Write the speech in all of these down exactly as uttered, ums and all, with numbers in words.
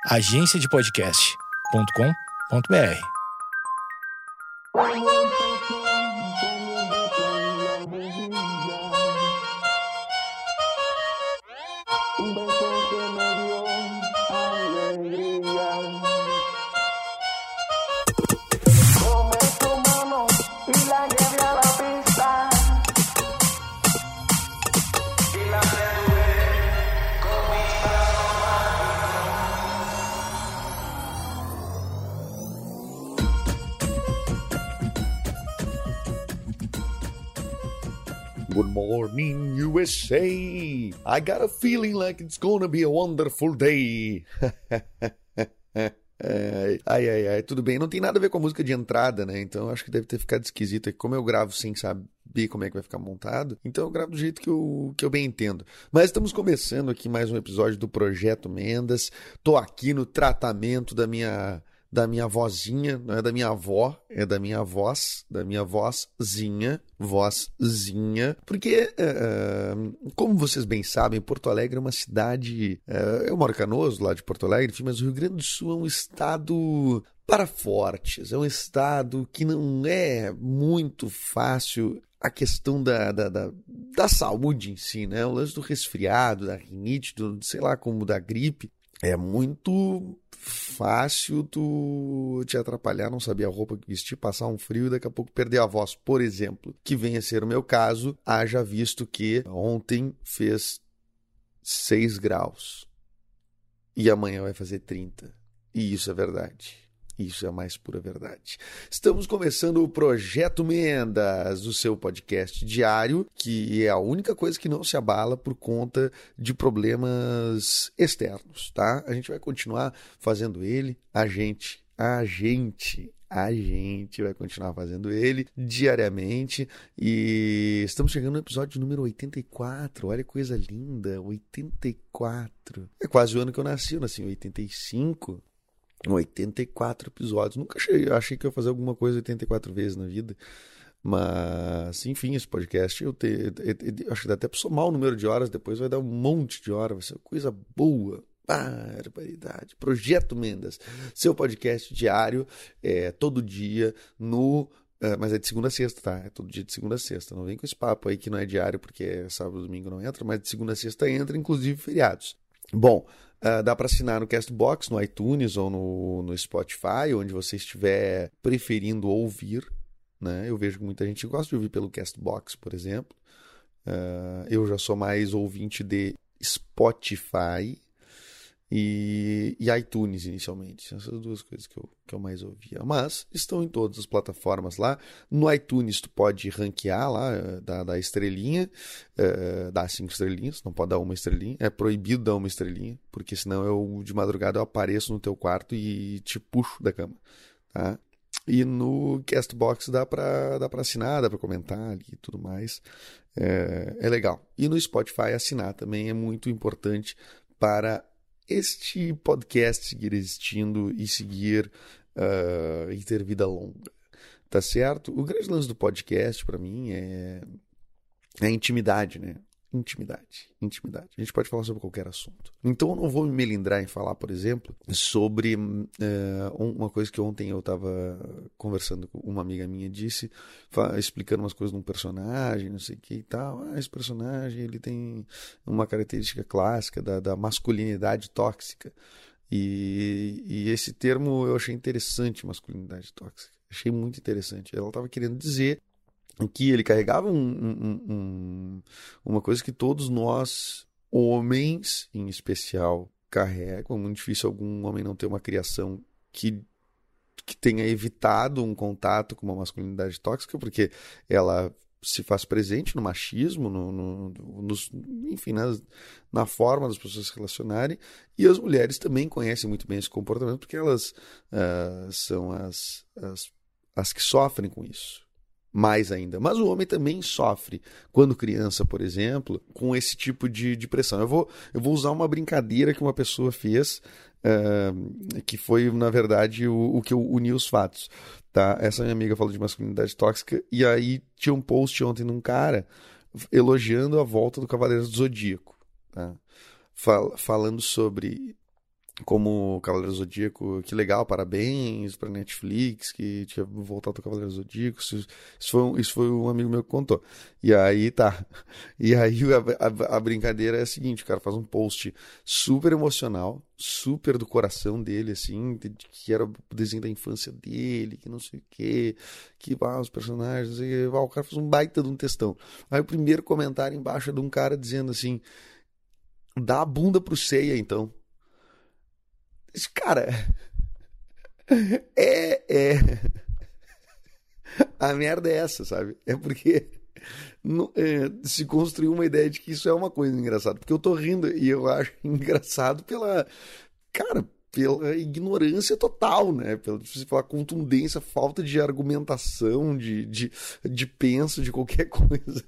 agência de podcast ponto com ponto b r. Good morning, U S A. I got a feeling like it's gonna be a wonderful day. Ai, ai, ai, tudo bem. Não tem nada a ver com a música de entrada, né? Então acho que deve ter ficado esquisito. É que como eu gravo sem saber como é que vai ficar montado, então eu gravo do jeito que eu, que eu bem entendo. Mas estamos começando aqui mais um episódio do Projeto Mendas. Tô aqui no tratamento da minha... da minha vozinha, não é da minha avó, é da minha voz, da minha vozzinha, vozzinha, porque, uh, como vocês bem sabem, Porto Alegre é uma cidade, uh, eu moro em Canoso, lá de Porto Alegre, mas o Rio Grande do Sul é um estado para fortes, é um estado que não é muito fácil a questão da, da, da, da saúde em si, né? O lance do resfriado, da rinite, do, sei lá como, da gripe, é muito fácil tu te atrapalhar, não saber a roupa que vestir, passar um frio e daqui a pouco perder a voz, por exemplo, que venha a ser o meu caso, haja visto que ontem fez seis graus e amanhã vai fazer trinta. E isso é verdade. Isso é a mais pura verdade. Estamos começando o Projeto Mendas, o seu podcast diário, que é a única coisa que não se abala por conta de problemas externos, tá? A gente vai continuar fazendo ele, a gente, a gente... A gente vai continuar fazendo ele diariamente e estamos chegando no episódio número oitenta e quatro. Olha que coisa linda, oitenta e quatro. É quase o ano que eu nasci, eu nasci em oitenta e cinco. oitenta e quatro episódios. Nunca achei, achei que eu ia fazer alguma coisa oitenta e quatro vezes na vida. Mas, enfim, esse podcast, eu, te, eu, eu, eu acho que dá até para somar o número de horas, depois vai dar um monte de horas, vai ser coisa boa. Barbaridade. Projeto Mendas, seu podcast diário, é, todo dia, no... É, mas é de segunda a sexta, tá? É todo dia de segunda a sexta. Não vem com esse papo aí que não é diário, porque sábado e domingo não entra, mas de segunda a sexta entra, inclusive feriados. Bom, uh, dá para assinar no Castbox, no iTunes ou no, no Spotify, onde você estiver preferindo ouvir, né? Eu vejo que muita gente gosta de ouvir pelo Castbox, por exemplo. Uh, eu já sou mais ouvinte de Spotify e, e iTunes inicialmente. Essas duas coisas que eu, que eu mais ouvia. Mas estão em todas as plataformas lá. No iTunes tu pode ranquear lá, dar, dar estrelinha, uh, dar cinco estrelinhas, não pode dar uma estrelinha. É proibido dar uma estrelinha, porque senão eu de madrugada eu apareço no teu quarto e te puxo da cama, tá? E no Castbox dá pra, dá pra assinar, dá pra comentar ali e tudo mais. É, é legal. E no Spotify assinar também é muito importante para este podcast seguir existindo e seguir uh, e ter vida longa, tá certo? O grande lance do podcast para mim é, é a intimidade, né? Intimidade, intimidade. A gente pode falar sobre qualquer assunto. Então eu não vou me melindrar em falar, por exemplo, sobre uh, uma coisa que ontem eu estava conversando com uma amiga minha, disse, explicando umas coisas de um personagem, não sei o que e tal. Ah, esse personagem ele tem uma característica clássica da, da masculinidade tóxica. E, e esse termo eu achei interessante, masculinidade tóxica. Achei muito interessante. Ela estava querendo dizer que ele carregava um, um, um, uma coisa que todos nós, homens em especial, carregam. É muito difícil algum homem não ter uma criação que, que tenha evitado um contato com uma masculinidade tóxica, porque ela se faz presente no machismo, no, no, nos, enfim, na, na forma das pessoas se relacionarem, e as mulheres também conhecem muito bem esse comportamento, porque elas uh, são as, as, as que sofrem com isso. Mais ainda. Mas o homem também sofre, quando criança, por exemplo, com esse tipo de, de pressão. Eu vou, eu vou usar uma brincadeira que uma pessoa fez, uh, que foi, na verdade, o, o que eu uni os fatos. Tá? Essa minha amiga falou de masculinidade tóxica, e aí tinha um post ontem de um cara elogiando a volta do Cavaleiro do Zodíaco. Tá? Fal- falando sobre como Cavaleiro Zodíaco, que legal, parabéns pra Netflix, que tinha voltado ao Cavaleiro Zodíaco. Isso, isso, foi um, isso foi um amigo meu que contou. E aí tá. E aí a, a, a brincadeira é a seguinte: o cara faz um post super emocional, super do coração dele, assim, de, de, que era o desenho da infância dele, que não sei o quê, que ah, os personagens, não sei o quê. Ah, o cara faz um baita de um textão. Aí o primeiro comentário embaixo é de um cara dizendo assim: dá a bunda pro Seiya, então. Cara, é, é. A merda é essa, sabe? É porque não, é, se construiu uma ideia de que isso é uma coisa engraçada. Porque eu tô rindo e eu acho engraçado pela. Cara, pela ignorância total, né? Pela, pela contundência, falta de argumentação, de, de, de penso, de qualquer coisa.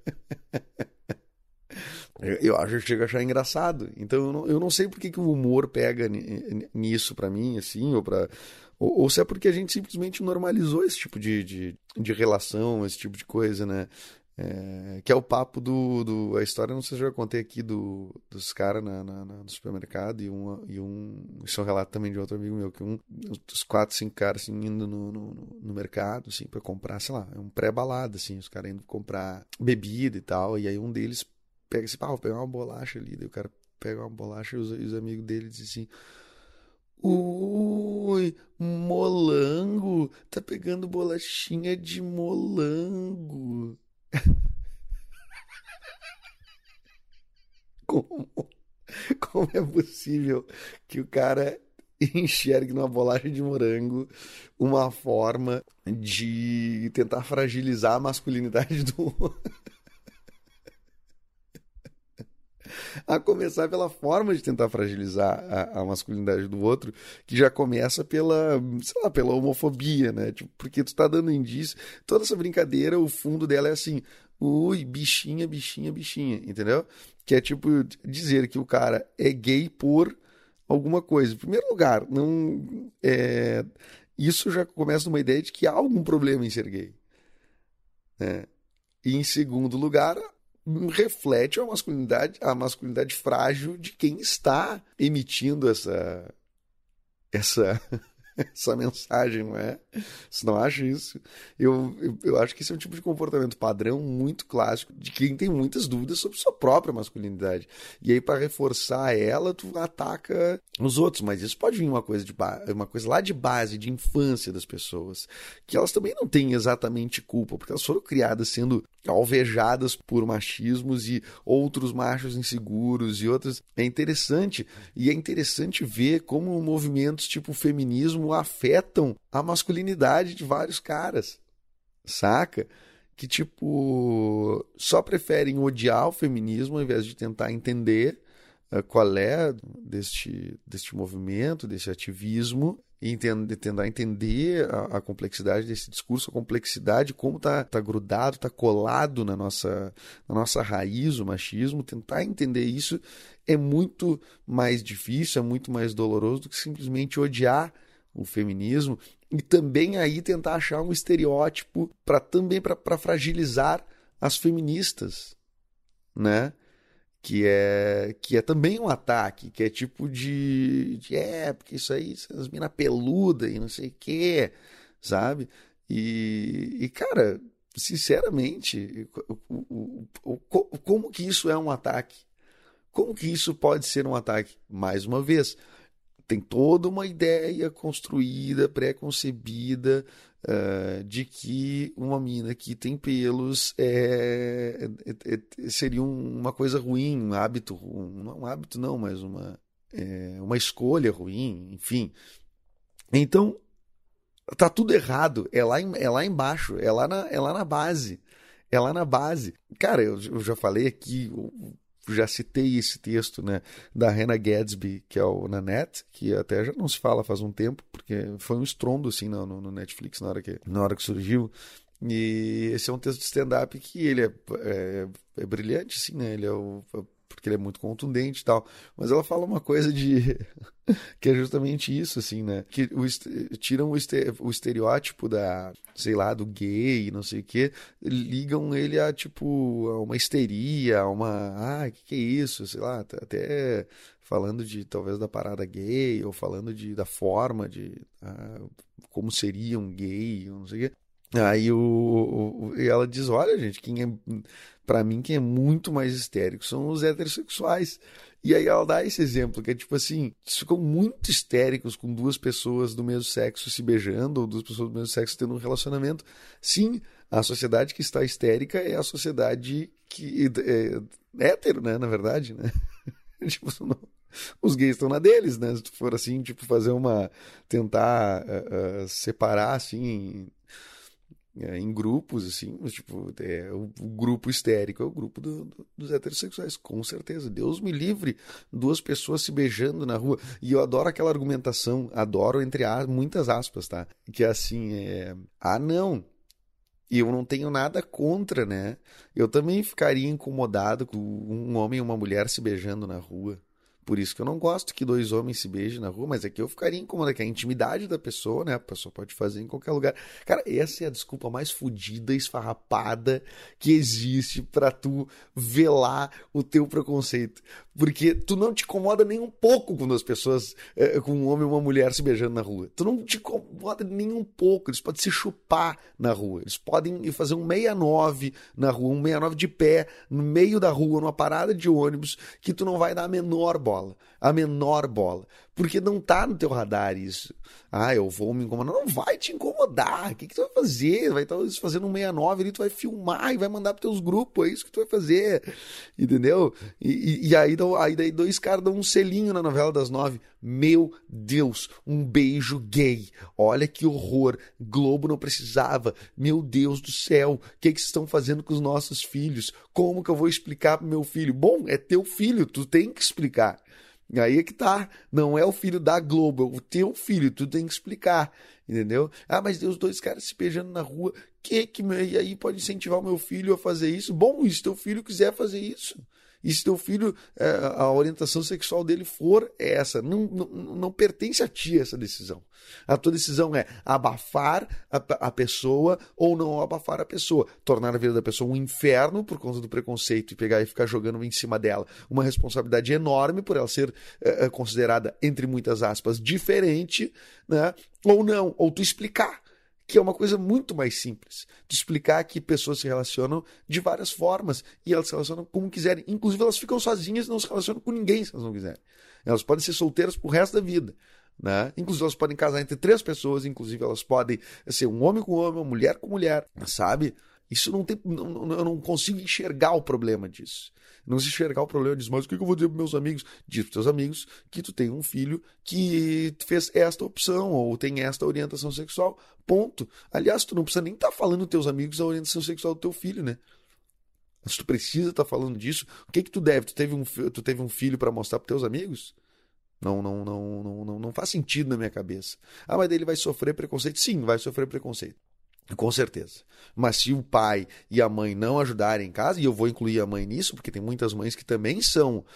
Eu, eu acho que chega a achar engraçado. Então eu não, eu não sei por que, que o humor pega nisso pra mim, assim, ou pra. Ou, ou se é porque a gente simplesmente normalizou esse tipo de, de, de relação, esse tipo de coisa, né? É, que é o papo do, do. A história, não sei se eu já contei aqui, do, dos caras na, na, na, no supermercado, e um, e um. Isso é um relato também de outro amigo meu, que um dos quatro, cinco caras assim, indo no, no, no mercado, assim, pra comprar, sei lá, é um pré-balada, assim, os caras indo comprar bebida e tal, e aí um deles pega assim, pá, vou pegar uma bolacha ali, daí o cara pega uma bolacha e os, e os amigos dele dizem assim: ui, molango, tá pegando bolachinha de molango. Como, como é possível que o cara enxergue numa bolacha de morango uma forma de tentar fragilizar a masculinidade do. A começar pela forma de tentar fragilizar a, a masculinidade do outro, que já começa pela, sei lá, pela homofobia, né? Tipo, porque tu tá dando indício, toda essa brincadeira, o fundo dela é assim: ui, bichinha, bichinha, bichinha, entendeu? Que é tipo dizer que o cara é gay por alguma coisa. Em primeiro lugar, não é, isso já começa numa ideia de que há algum problema em ser gay, né? E em segundo lugar, reflete a masculinidade, a masculinidade frágil de quem está emitindo essa essa essa mensagem, não é? Você não acha isso? Eu, eu, eu acho que esse é um tipo de comportamento padrão muito clássico de quem tem muitas dúvidas sobre sua própria masculinidade. E aí, para reforçar ela, tu ataca os outros. Mas isso pode vir uma coisa, de ba... uma coisa lá de base, de infância das pessoas, que elas também não têm exatamente culpa, porque elas foram criadas sendo alvejadas por machismos e outros machos inseguros e outras. É interessante, e é interessante ver como movimentos tipo feminismo afetam a masculinidade de vários caras, saca? Que tipo só preferem odiar o feminismo ao invés de tentar entender uh, qual é deste, deste movimento, desse ativismo, e entender, tentar entender a, a complexidade desse discurso, a complexidade, como tá, tá grudado, tá colado na nossa, na nossa raiz o machismo. Tentar entender isso é muito mais difícil, é muito mais doloroso do que simplesmente odiar o feminismo, e também aí tentar achar um estereótipo para também para fragilizar as feministas, né? Que é, que é também um ataque, que é tipo de, de é, porque isso aí, essas minas peludas e não sei o quê, sabe? E, e cara, sinceramente, o, o, o, o, como que isso é um ataque? Como que isso pode ser um ataque? Mais uma vez, tem toda uma ideia construída, pré-concebida, uh, de que uma mina que tem pelos é, é, é, seria uma coisa ruim, um hábito, um, não um hábito não, mas uma, é, uma escolha ruim, enfim. Então, tá tudo errado, é lá, em, é lá embaixo, é lá, na, é lá na base. É lá na base. Cara, eu, eu já falei aqui, já citei esse texto, né, da Hannah Gadsby, que é o Nanette, que até já não se fala faz um tempo, porque foi um estrondo assim no, no Netflix na hora que, na hora que surgiu. E esse é um texto de stand-up que ele é, é, é brilhante, sim, né? Ele é o, porque ele é muito contundente e tal. Mas ela fala uma coisa de que é justamente isso, assim, né? Que o, tiram o, este, o estereótipo da, sei lá, do gay, não sei o quê, ligam ele a, tipo, a uma histeria, a uma, ah, o que, que é isso? Sei lá, até falando de talvez da parada gay, ou falando de, da forma de ah, como seria um gay, não sei o quê. Aí o, o, ela diz, olha, gente, quem é, pra mim, quem é muito mais histérico são os heterossexuais. E aí ela dá esse exemplo, que é tipo assim, eles ficam muito histéricos com duas pessoas do mesmo sexo se beijando, ou duas pessoas do mesmo sexo tendo um relacionamento. Sim, a sociedade que está histérica é a sociedade que é, é hétero, né, na verdade, né? Tipo, não, os gays estão na deles, né? Se tu for assim, tipo, fazer uma... tentar uh, uh, separar, assim... É, em grupos, assim, tipo, é, o, o grupo histérico é o grupo do, do, dos heterossexuais, com certeza. Deus me livre, duas pessoas se beijando na rua. E eu adoro aquela argumentação, adoro entre as, muitas aspas, tá? Que é assim, é... ah, não, e eu não tenho nada contra, né? Eu também ficaria incomodado com um homem e uma mulher se beijando na rua. Por isso que eu não gosto que dois homens se beijem na rua, mas é que eu ficaria incomodado, que é a intimidade da pessoa, né? A pessoa pode fazer em qualquer lugar. Cara, essa é a desculpa mais fodida, esfarrapada que existe pra tu velar o teu preconceito. Porque tu não te incomoda nem um pouco quando as pessoas, é, com um homem e uma mulher se beijando na rua. Tu não te incomoda nem um pouco. Eles podem se chupar na rua. Eles podem ir fazer um sessenta e nove na rua, um sessenta e nove de pé, no meio da rua, numa parada de ônibus, que tu não vai dar a menor bola. A menor bola. Porque não tá no teu radar isso. Ah, eu vou me incomodar. Não vai te incomodar. O que, que tu vai fazer? Vai estar fazendo um sessenta e nove ali, tu vai filmar e vai mandar pros teus grupos. É isso que tu vai fazer. Entendeu? E, e, e aí, aí daí dois caras dão um selinho na novela das nove. Meu Deus, um beijo gay. Olha que horror. Globo não precisava. Meu Deus do céu. O que, que vocês estão fazendo com os nossos filhos? Como que eu vou explicar pro meu filho? Bom, é teu filho, tu tem que explicar. Aí é que tá, não é o filho da Globo, é o teu filho, tu tem que explicar, entendeu? Ah, mas tem os dois caras se beijando na rua, que que e aí pode incentivar o meu filho a fazer isso? Bom, e se teu filho quiser fazer isso? E se teu filho, a orientação sexual dele for essa, não, não, não pertence a ti essa decisão. A tua decisão é abafar a, a pessoa ou não abafar a pessoa. Tornar a vida da pessoa um inferno por conta do preconceito e pegar e ficar jogando em cima dela uma responsabilidade enorme por ela ser é, considerada, entre muitas aspas, diferente, né? Ou não, ou tu explicar. Que é uma coisa muito mais simples. De explicar que pessoas se relacionam de várias formas e elas se relacionam como quiserem. Inclusive elas ficam sozinhas e não se relacionam com ninguém se elas não quiserem. Elas podem ser solteiras pro resto da vida. Né? Inclusive elas podem casar entre três pessoas, inclusive elas podem ser um homem com homem, uma mulher com mulher, sabe? Isso não tem, não, eu não consigo enxergar o problema disso. Não se enxergar o problema disso, mas o que eu vou dizer para meus amigos? Diz para teus amigos que tu tem um filho que fez esta opção ou tem esta orientação sexual, ponto. Aliás, tu não precisa nem estar tá falando teus amigos a orientação sexual do teu filho, né? Mas tu precisa estar tá falando disso. O que que tu deve? Tu teve um, tu teve um filho para mostrar para teus amigos? Não, não, não, não, não, não faz sentido na minha cabeça. Ah, mas daí ele vai sofrer preconceito? Sim, vai sofrer preconceito. Com certeza. Mas se o pai e a mãe não ajudarem em casa, e eu vou incluir a mãe nisso, porque tem muitas mães que também são uh,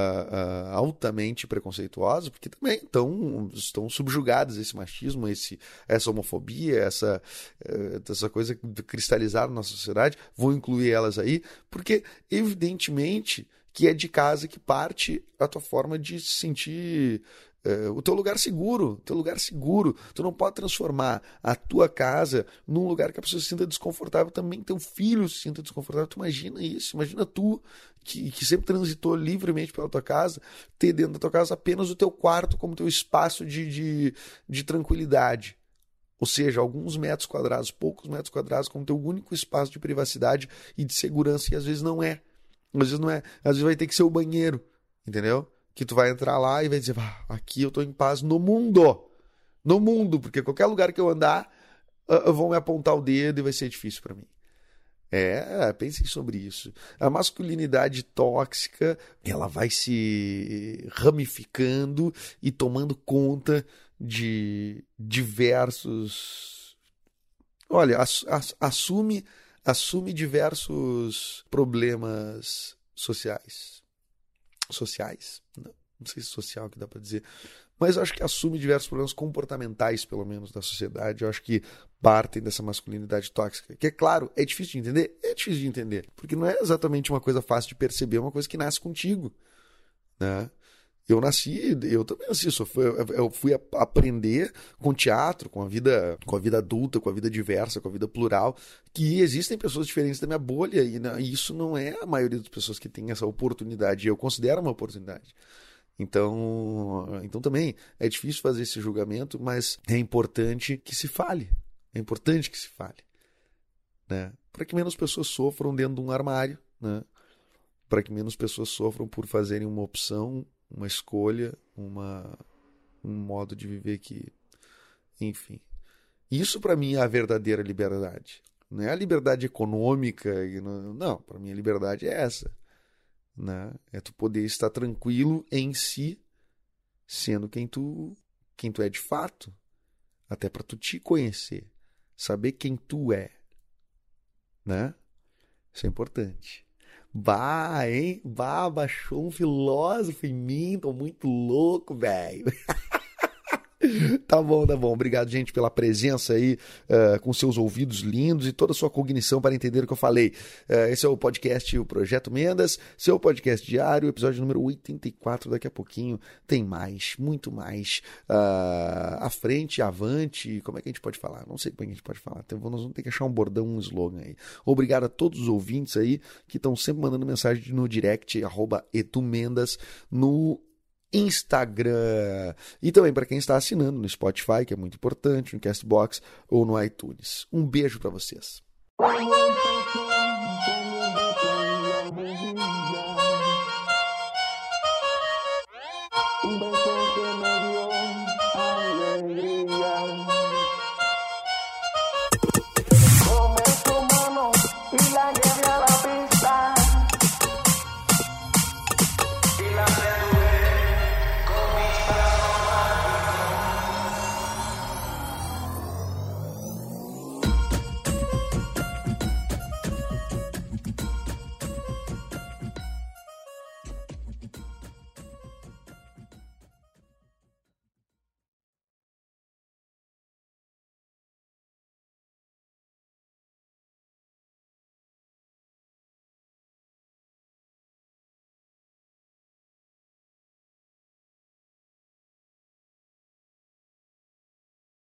uh, altamente preconceituosas, porque também estão, estão subjugadas a esse machismo, a esse, essa homofobia, essa, uh, essa coisa cristalizada na nossa sociedade. Vou incluir elas aí, porque evidentemente que é de casa que parte a tua forma de se sentir... Uh, o teu lugar seguro, teu lugar seguro. Tu não pode transformar a tua casa num lugar que a pessoa se sinta desconfortável, também teu filho se sinta desconfortável. Tu imagina isso, imagina tu que, que sempre transitou livremente pela tua casa, ter dentro da tua casa apenas o teu quarto como teu espaço de, de, de tranquilidade. Ou seja, alguns metros quadrados, poucos metros quadrados como teu único espaço de privacidade e de segurança, e às vezes não é. Às vezes não é, às vezes vai ter que ser o banheiro, entendeu? Que tu vai entrar lá e vai dizer, ah, aqui eu tô em paz no mundo. No mundo, porque qualquer lugar que eu andar, uh, vão me apontar o dedo e vai ser difícil para mim. É, pensem sobre isso. A masculinidade tóxica, ela vai se ramificando e tomando conta de diversos... Olha, ass, ass, assume, assume diversos problemas sociais. Sociais? Não, não sei se social que dá para dizer, mas eu acho que assume diversos problemas comportamentais, pelo menos, da sociedade. Eu acho que partem dessa masculinidade tóxica, que é claro, é difícil de entender, é difícil de entender, porque não é exatamente uma coisa fácil de perceber, é uma coisa que nasce contigo, né? Eu nasci, eu também nasci, só fui, eu fui aprender com teatro, com a vida, com a vida adulta, com a vida diversa, com a vida plural, que existem pessoas diferentes da minha bolha e, e isso não é a maioria das pessoas que tem essa oportunidade. Eu considero uma oportunidade. Então, então também é difícil fazer esse julgamento, mas é importante que se fale. É importante que se fale, né? Para que menos pessoas sofram dentro de um armário, né? Para que menos pessoas sofram por fazerem uma opção, uma escolha, uma, um modo de viver que... Enfim. Isso para mim é a verdadeira liberdade. Não é a liberdade econômica. Não, para mim a liberdade é essa. Né? É tu poder estar tranquilo em si, sendo quem tu, quem tu é de fato. Até para tu te conhecer. Saber quem tu é. Né? Isso é importante. Bah, hein? Bah, baixou um filósofo em mim, tô muito louco, velho. Tá bom, tá bom. Obrigado, gente, pela presença aí, uh, com seus ouvidos lindos e toda a sua cognição para entender o que eu falei. Uh, esse é o podcast, o Projeto Mendas, seu podcast diário, episódio número oitenta e quatro. Daqui a pouquinho tem mais, muito mais. Uh, à frente, avante, como é que a gente pode falar? Não sei como é que a gente pode falar. Então, nós vamos ter que achar um bordão, um slogan aí. Obrigado a todos os ouvintes aí que estão sempre mandando mensagem no direct, arroba edumendas, no Instagram. E também para quem está assinando no Spotify, que é muito importante, no Castbox ou no iTunes. Um beijo para vocês.